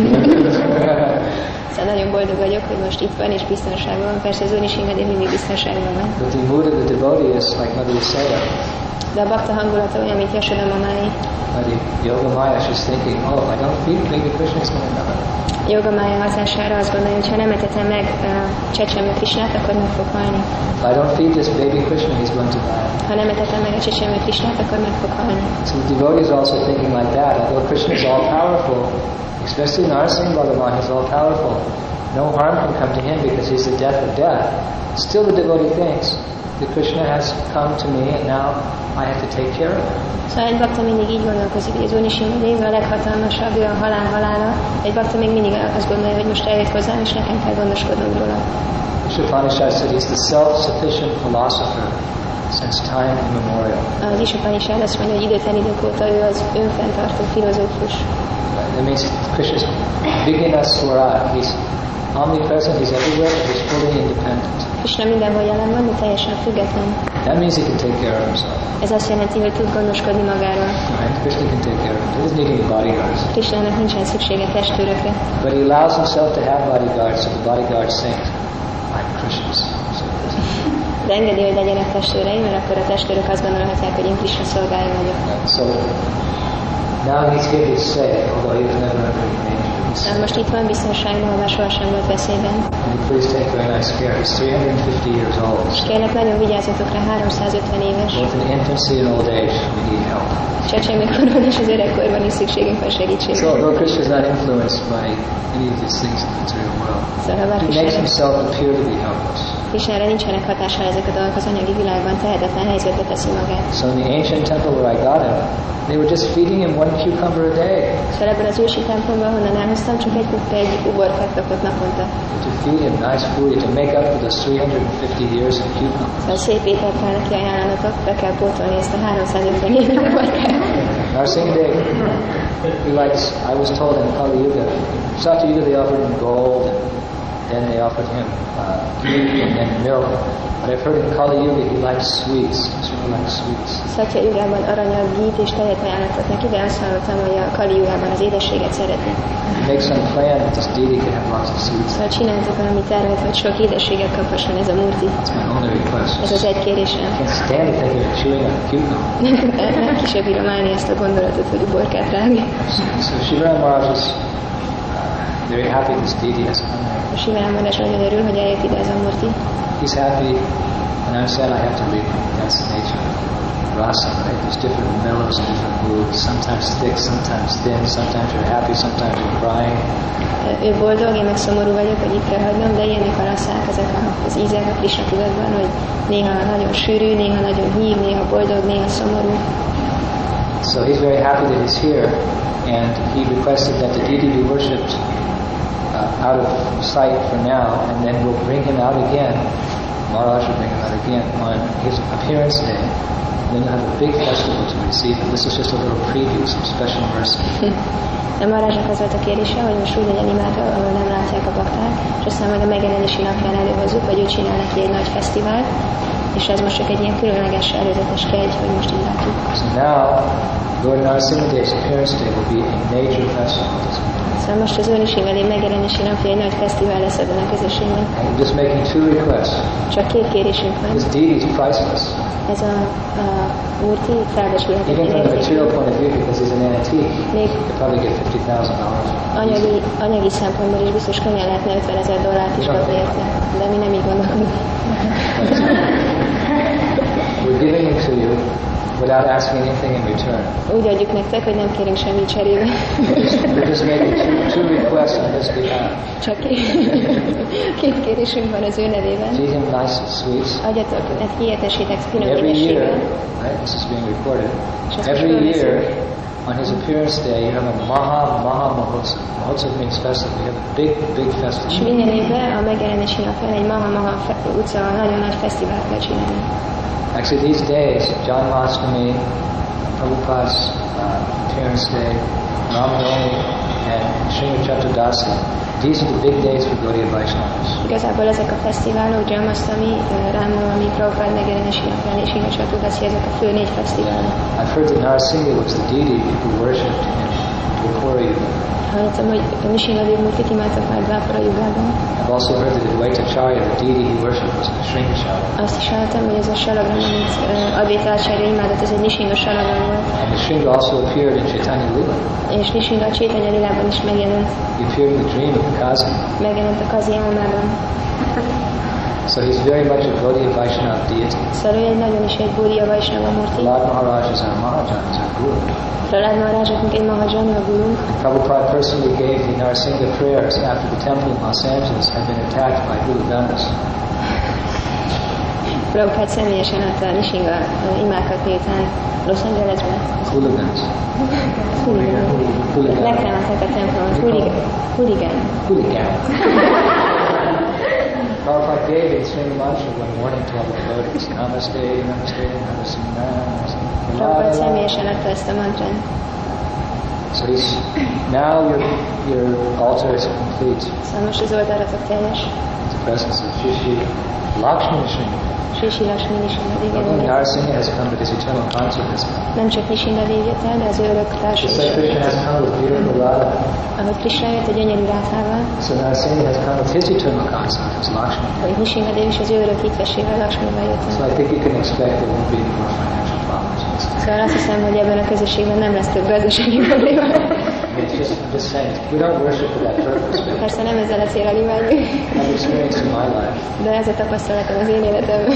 Szóval nagyon boldog vagyok, hogy most itt van és biztonságban van. Persze az Úr Nishingadev mindig biztonságban van. But the mood of the devotee is like Mother Yashoda. De a bakta hangulata olyan, mint Yashoda mamái. Mother Yogamaya, she's thinking, oh, if I don't feed baby Krishna, he's going to die. Yogamaya hatására azt gondolja, hogy ha nem etetem meg uh, Csecsemő Krisnát, akkor meg fog halni. If I don't feed this baby Krishna, he's going to die. Ha nem etetem meg a Csecsemő Krisnát, akkor meg fog halni. So the devotee is also thinking like that. Although Krishna is all powerful, especially Narasimha Bhagavan, he's all powerful. No harm can come to him because he's the death of death. Still the devotee thinks that Krishna has come to me and now I have to take care of him. Szóval egy bakta mindig így gondolkozik, hogy az Úr Nishingadev a leghatalmasabb, ő a halál halála. Egy bakta még mindig azt gondolja, hogy most eljött hozzám, és nekem kell gondoskodnom róla. The Upanishad said he's the self-sufficient philosopher since time immemorial. Az Upanishad azt mondja, hogy időtlen idők óta ő az önfenntartó filozófus. That means Krishna is Vigna Swarat. He's omnipresent, he's everywhere, but he's fully independent. Krishna mindenhol jelen van, de teljesen független. That means he can take care of himself. Ez azt jelenti, hogy tud gondoskodni magáról. Right? Krishna can take care of himself. He doesn't need any bodyguards. Krishnának nincsen szüksége testőrökre. But he allows himself to have bodyguards, so the bodyguards think, I'm Krishna's. De engedi, hogy legyenek testőrei, mert akkor a testőrök azt gondolhatják, hogy én Krishna szolgálja vagyok. So now he's here to say, although he was never under any danger. De most itt van biztonságban, ha már sohasem volt veszélyben. Please take very nice care. He's three hundred fifty years old. És kérlek, nagyon vigyázzatok rá, háromszázötven éves. Both in infancy and old age, we need help. Csecsemőkorban és az öregkorban is szükségünk van segítségre. So, though Krishna is not influenced by any of these things in the material world, Szóval, he makes himself appear to be helpless. Krishnára nincsenek hatással ezek a dolgok, az anyagi világban tehetetlen helyzetbe teszi magát. So in the ancient temple where I got him, they were just feeding him one cucumber a day. Szóval ebben az ősi templomban, honnan elhoztam, csak egy, egy uborkát kapott naponta. To feed him nice food, to make up for the three hundred fifty years of cucumbers. Szóval szép ételt kell neki ajánlanatok, be kell pótolni ezt a háromszázötven éves uborkát. Narasimhadev, he likes, I was told in Kali Yuga, Satya Yuga they offered him gold, and then they offered him uh, meat and then milk. But I've heard in Kali Yuga he likes sweets. He sort of likes sweets. Satya Yugában aranyat, gít és tejet ajánlottak neki, de azt hallottam, hogy a Kali Yugában az édességet szereti. He makes some plan that this deity can have lots of sweets. Szóval csináltak valami tervet, hogy sok édességet kaphasson ez a murti. That's my only request. Ez az egy kérésem. I can't stand the thinking of chewing on a cucumber. Nem ki sem bírom állni ezt a gondolatot, hogy uborkát rágni. So Shivaram Maharaj is very happy this deity has come there. A Shivaram Maharaj nagyon örül, hogy eljött ide ez a murti. He's happy, and I'm sad I have to leave him. That's the nature of rasa, right? There's different mellows and different moods. Sometimes thick, sometimes thin. Sometimes you're happy, sometimes you're crying. Ő boldog, én meg szomorú vagyok, hogy itt kell hagynom, de ilyenek a rasszák, ezek az ízek a Krishna tudatban, hogy néha nagyon sűrű, néha nagyon hív, néha boldog, néha szomorú. So he's very happy that he's here, and he requested that the deity be worshipped uh, out of sight for now, and then we'll bring him out again. Maharaj will bring him out again on his appearance day. Then you'll have a big festival to receive him. This is just a little preview, some special mercy. De Maharajnak az volt a kérése, hogy most úgy legyen imádva, ahol nem látják a bakták, és aztán majd a megjelenési napján előhozzuk, vagy ő csinál neki egy nagy fesztivált, és ez most csak egy ilyen különleges előzetes kegy, hogy most így látjuk. So now, Lord Narasimha's appearance day will be a major festival. Szóval most az Úr Nishingadev megjelenési napja egy nagy fesztivál lesz ebben a közösségben. I'm just making two requests. Csak két kérésünk van. This deity is priceless. Ez a, a murti felbecsülhetetlen Even from the material értékű. point of view, because he's an antique, Még you could probably get fifty thousand dollars. anyagi, anyagi szempontból is biztos könnyen lehetne ötvenezer dollárt is kapni érte, de mi nem így gondolkodunk. We're giving it to you without asking anything in return. Úgy adjuk nektek, hogy nem kérünk semmit cserébe. We're just making two, two requests on his behalf. Csak két kérésünk van az ő nevében. Feed him nice sweets. Adjatok, neki értesítek finom Every year, édességgel. right, this is being recorded, every year on his appearance day you have a Maha Maha Mahotsav. Mahotsav means festival. You have a big, big És festival. minden évben a megjelenési napján egy Maha-Maha utca nagyon nagy fesztivált kell csinálni. Actually, these days, John Masnami, Prabhupada's uh, appearance day, Ram Navami, and Srimad Chaturdasi. These are the big days for Gaudiya Vaishnavas. Igazából ezek a fesztiválok, Janmashtami, Ramnavami, Prabhupád megjelenési napján és Srimad Chaturdasi, ezek a fő négy fesztiválok. I've heard that Narasingha was the deity who worshipped in Dwapara Yuga. Hallottam, hogy Nishingadev Murtit imádtak már Dwapara Jugában. I've also heard that Advaitacharya, the deity he worshipped, was Shrinkacharya. Azt is hallottam, hogy ez a Shalagram, amit Advaitacharya imádat, ez egy Nishinga Shalagram volt. And the Shringa also appeared in Chaitanya Lila. És Nishinga a Chaitanya Lilában is megjelent. He appeared in the dream of Kazi. Megjelent a Kazi álmában. So he's very much a Gaudiya Vaishnava deity. Szóval ő egy nagyon is egy Gaudiya Vaishnava Murti. Prahlad Maharaj is our Mahajan, is our guru. Prahlad Maharaj nekünk egy Mahajan, a gurunk. Prabhupada personally gave the Narasingha prayers after the temple in Los Angeles had been attacked by hooligans. Prabhupada személyesen adta a Nishinga imákat, miután Los Angelesben. Hooligans. Hooligan. Hooligan. Megtámadták a templomot. Hooligan. Hooligan. Hooligan. Prabhupada gave it Sri Mantra one morning to all the devotees. Namaste, Namaste, Namaste, Namaste. Prabhupada személyesen adta ezt a mantrát. So he's, now your, your altar is complete. Szóval most az oltáratok teljes. The presence of Shri Lakshmi Nishinga. Shri Lakshmi Nishinga. Only Narasingha has come, but his eternal consort has come. Nem csak Nishingadev jött el, de az ő örök társa is. Just like Krishna has come with beautiful Radha. Ahogy Krishna jött a gyönyörű Rádhával. So Narasingha has come with his eternal consort, as Lakshmi. Hogy Nishingadev is az ő örök hitvesével Lakshmival jött el. So I think you can expect there won't be any more financial problems. Szóval azt hiszem, hogy ebben a közösségben nem lesz több gazdasági probléma. It's just, I'm just saying, we don't worship for that purpose. Persze nem ezzel a célral imádjuk. I've experienced in my life. De ez a tapasztalatom az én életemben.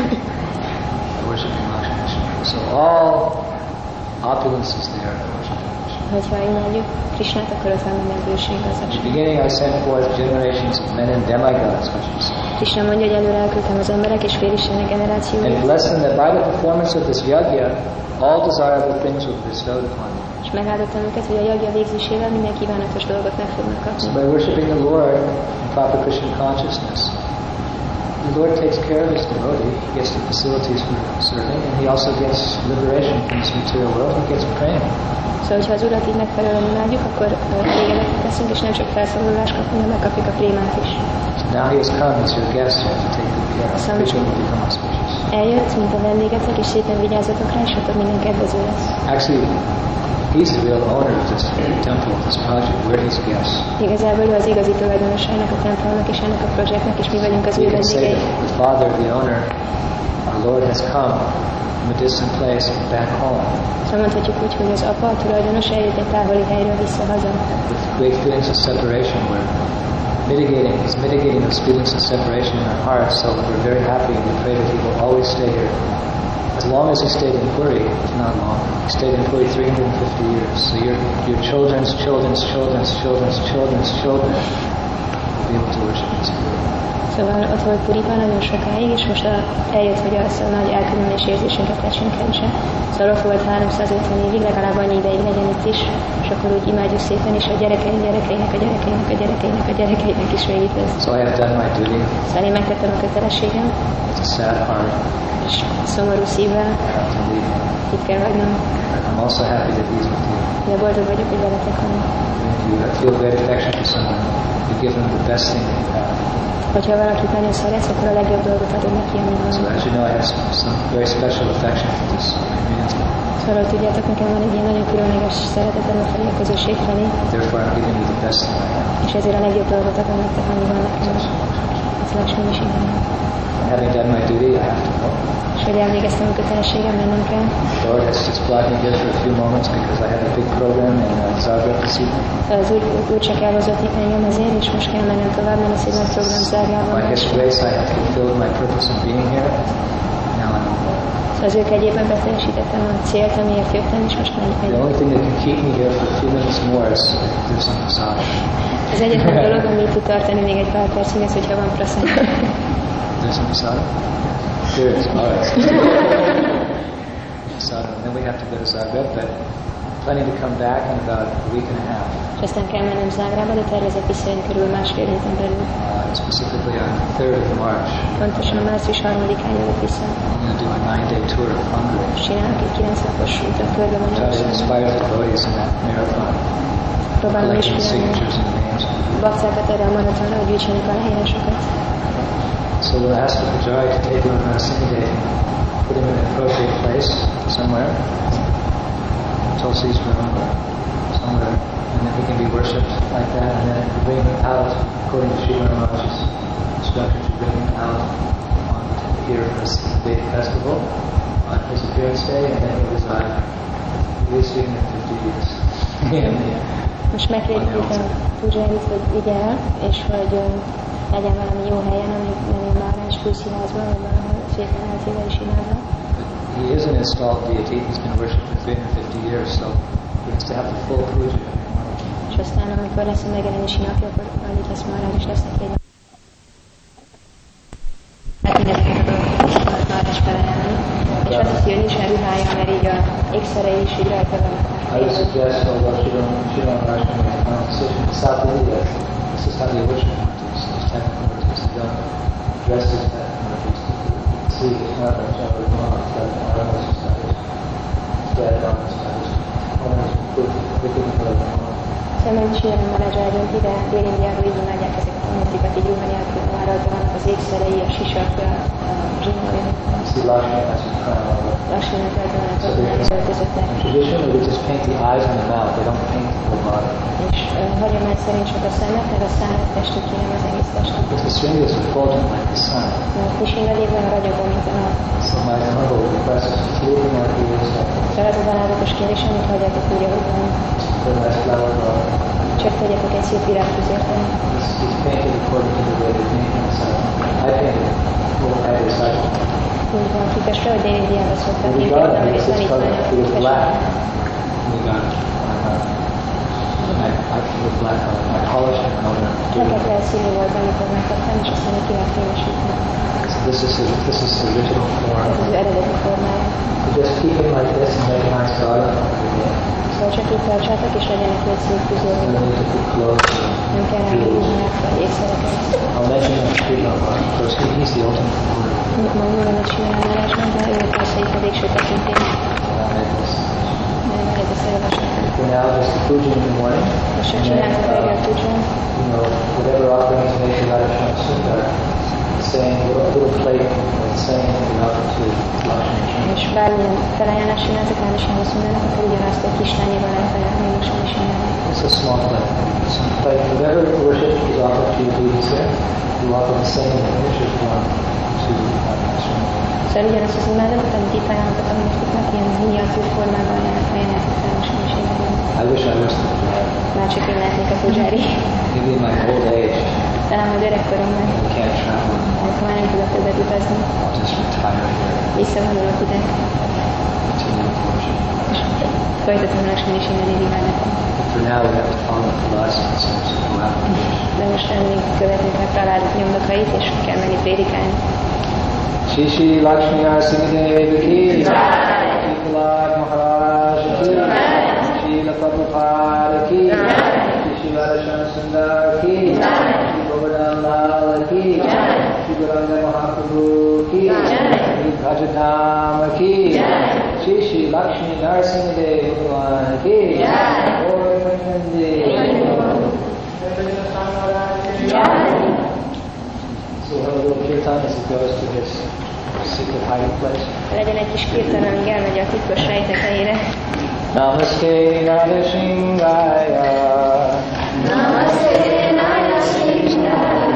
Worshiping Lakshmi Nishinga. So all opulence is there in worshiping Krishna. Hogyha imádjuk Krishnát, akkor ott van minden bőség, In gazdagság. the beginning I sent forth generations of men and demigods, which is Krishna mondja, hogy előre elküldtem az emberek és félistenek generációit. and bless them that by the performance of this yajna, all desirable things will be bestowed upon them. És megáldottam őket, hogy a yagya végzésével minden kívánatos dolgot meg fognak kapni. So by worshiping the Lord in proper Krishna consciousness, the Lord takes care of his devotee. He gets the facilities for serving, and he also gets liberation from this material world. He gets praying. Szóval, hogyha az Urat így megfelelően imádjuk, akkor elégedettek leszünk, és nem csak felszabadulást kapunk, hanem megkapjuk a prémát is. So now he has come, he's your guest, you have to take good care. Some- Krishna will become auspicious. Eljött, mint a vendégetek, és szépen vigyázzatok rá, és akkor minden kedvező lesz. Actually, he's the real owner of this temple, of this project. We're his guests. Igazából ő az igazi tulajdonosa ennek a templomnak és ennek a projektnek, és mi vagyunk az ő We can say vendégei. that the Father, the owner, our Lord has come from a distant place back home Szóval mondhatjuk úgy, hogy az apa, a tulajdonos eljött egy távoli helyről vissza haza. with great feelings of separation. We're mitigating, he's mitigating those feelings of separation in our hearts, so we're very happy and we pray that he will always stay here. As long as he stayed in Puri, if not long, he stayed in Puri three hundred fifty years. So your, your children's children's children's children's children's children will be able to worship his Guru. Szóval ott volt Puriban nagyon sokáig, és most a, eljött, hogy azt a nagy elkülönülés érzésünket lecsökkentse. Szóval ott volt háromszázötven évig, legalább annyi ideig legyen itt is, és akkor úgy imádjuk szépen, és a gyerekeink gyerekeinek, a gyerekeinek, a gyerekeinek, a gyerekeinek is még itt lesz. So I have done my duty. Szóval én megtettem a kötelességem, It's a sad heart. és szomorú szívvel I have to leave him. itt kell hagynom. I'm also happy that he's with you. De boldog vagyok, hogy veletek van. If you feel great affection for someone, you give them the best thing that you have. Hogyha valakit nagyon szeretsz, akkor a legjobb dolgot adod neki, ami So van. as you know, I have some, some very special affection for this community. Szóval, hogy tudjátok, nekem van egy ilyen nagyon különleges szeretetem a felé, a közösség felé, Therefore, I'm giving you the best thing I have. és ezért a legjobb dolgot adom nektek, ami van nekem. Ez Lakshmi Nishinga. And having done my duty, I have to go. És hogy elvégeztem a kötelességem, mennem kell. The Lord has just brought me here for a few moments because I have a big program in uh, Zagreb this evening. Az úgy, úgy csak elhozott itt engem ezért, és most kell mennem tovább, mert ez egy nagy program Zágrában. By His grace, I have fulfilled my purpose of being here. Now I'm on board. Szóval az ő kegyében beteljesítettem a célt, amiért jöttem, és most már itt The megyek. only thing that can keep me here for a few minutes more is if there's some prasad. Az egyetlen dolog, ami itt tud tartani még egy pár percig, az, hogyha van prasad. There's some prasad? There is. All right. Prasad. And then we have to go to Zagreb, but planning to come back in about a week and a half. És aztán kell mennem Zágrába, de tervezek visszajönni körül másfél héten belül. Uh, specifically on the third of March. Pontosan március harmadikán jövök vissza. I'm going to do a nine-day tour of Hungary. És csinálok egy kilenc napos útra körbe Try to inspire the devotees in that marathon. Próbálom inspirálni baktákat erre a maratonra, hogy gyűjtsenek aláírásokat. So we'll ask the Pujari to take him on a Sunday and put him in an appropriate place somewhere. Tulsi's room or somewhere, and then he can be worshipped like that, and then bring him out according to Sri Maharaj's instruction to bring him out on here for this big festival on his appearance day, and then he reside at least three hundred fifty years. Most megkérjük a Pujarit, hogy vigye el, és hogy legyen valami jó helyen, ami nem én Maharaj Tulsiházban, vagy valahol szépen eltével is imádva. He is an installed deity. He's been worshipped for three hundred fifty years, so he has to have the full puja every morning. És aztán, amikor lesz a megjelenési napja, akkor annyit lesz Maharaj, és lesz neki egy hát mindezeket a dolgokat Maharaj felajánlani. És azt hiszi, hogy nincsen ruhája, mert így a ékszerei is így rajta vannak. I would suggest, although she don't, she don't rush me at my decision, South India, this is how the original artists, these technical artists, they don't dress as technical artists. See, it's not like Shabbat Maharaj, but Maharaj is studies, dead on his studies, only good, good for the Maharaj. Szóval nem csinálom Maharaj eldönti, de Dél-Indiában így imádják ezeket a multikat, így ruha nélkül, már rajta vannak az ékszerei, a sisakja, a zsinója. See, Lakshmi has a crown over. Lakshminak rajta vannak az öltözöttek. Traditionally, we just paint the eyes and the mouth, they don't paint the whole body. És uh, hagyomány szerint csak a szemet, meg a számat festük ki, nem az egész testet. Because the string is refulgent like the sun. A Kushingadében a ragyogó, mint a nap. So my humble request is to leave him like he is, Szóval az a tanálatos kérésem, hogy hagyjátok úgy, ahogy van. put a nice flower garland. Csak tegyetek egy szép virágfüzért. He's, he's painted according to the way they paint himself. I painted little Paddy's life. Úgy van, kifestve, hogy Dél-Indiában szokták We így got például, it hogy because it's tanítani colored. a It was black. kifestve. We got it. I, I put black on it. I polished it and all that. Fekete színű volt, amikor megkaptam, és aztán egy kivált fémesíteni. So this is the, this is the original form. Ez az eredeti formája. You just keep it like this and make a nice garland every day. Szóval csak így tartsátok, és legyen egy két szép You füzér. don't need to put clothes or Nem kell rá jewels. húzniak, vagy ékszereket. I'll mention him to Sri Maharaj because he, he's the ultimate guru. Mit mondom, hogy csinálom Maharajnak, de ő persze itt a végső tekintély. Nem ez a szervesetek. For now, just the puja in the morning. És csak And then, csinálunk reggel uh, pucsán. you know, whatever offerings made to Radha Sundar, saying a little plate and saying it out to Lakshmi. És bármilyen felajánlás csináltak, Ráda Sáma Szundarnak, akkor ugyanazt egy kis lányéval lehet ajánlani, most sem is csinálni. It's a small plate. Some plate. Whatever worship is offered to your deities here, you offer the same image as one to Radha. Szóval ugyanazt az imádatot, amit itt ajánlottak a minisztiknak, ilyen miniatűr formában ajánlják fel a semmiségben. I wish I was the Pujari. Már csak én lehetnék a Pujari. Maybe in my old age, Talán a gyerekkoromban, I can't travel. amikor már nem tudok többet utazni, I'll just retire here. visszavonulok ide, Continue to worship. és folytatom Lakshmi és innen imádatot. For now, we have to follow the lessons and so go out. De most még követni kell Prahlád nyomdokait, és kell meg itt prédikálni. Shri Shri Lakshmi Narasimhadevi ki Jai, Shri Prahlad Maharaj ki Jai, Shri Prabhupada ki Jai, Shri Radha Shyama Sundar ki Jai, Shri Govardhan Lal ki Jai, Shri Gauranga Mahaprabhu ki Jai, Shri Bhajadham ki Jai, Shri Shri Lakshmi Narasimhadevi Bhagwan ki Jai, Gauranga So we'll have a little kirtan as it goes to his secret hiding place. Legyen egy kis kirtan, amíg elmegy a titkos rejtek helyére. Namaste Narasingaya. Namaste Narasingaya.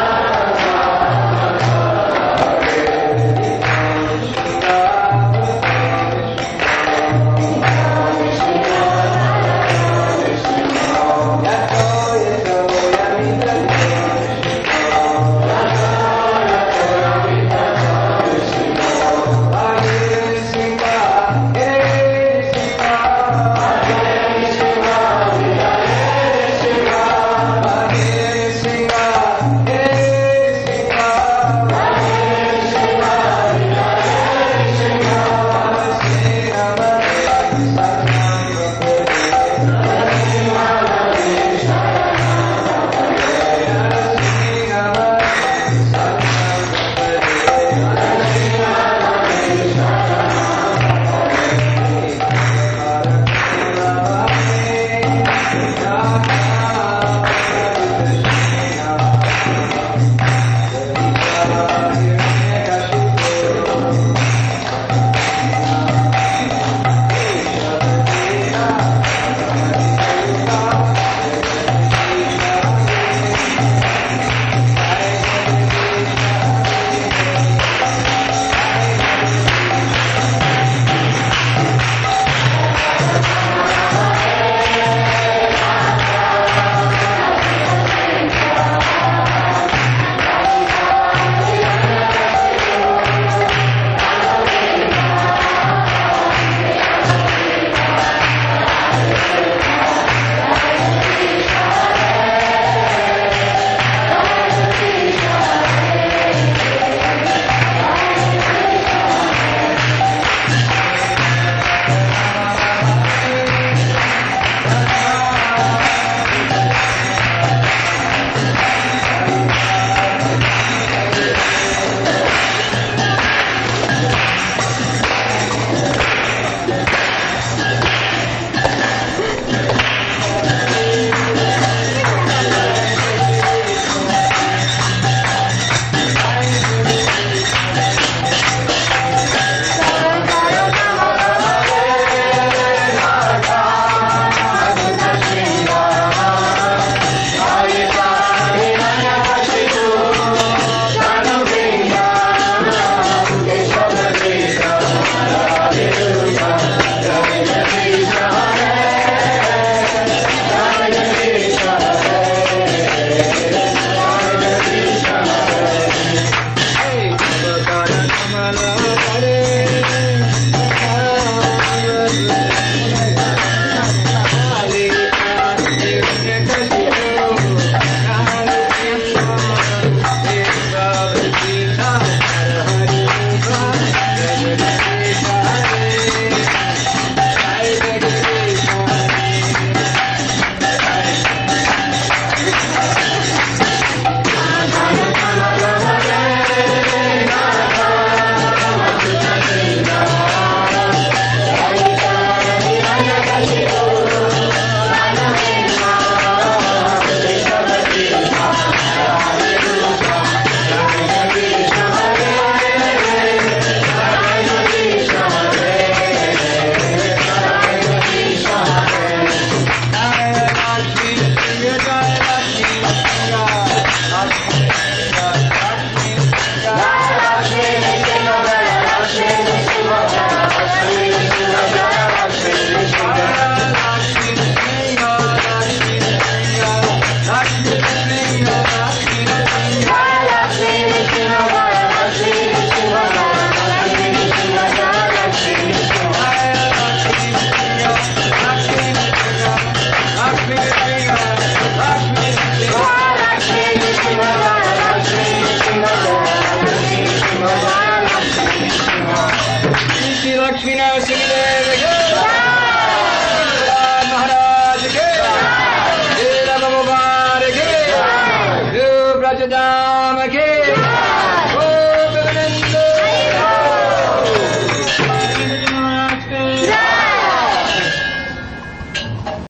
Thank you. लक्ष्मी नरसिंह देव के महाराज के भगवान के ब्रजदान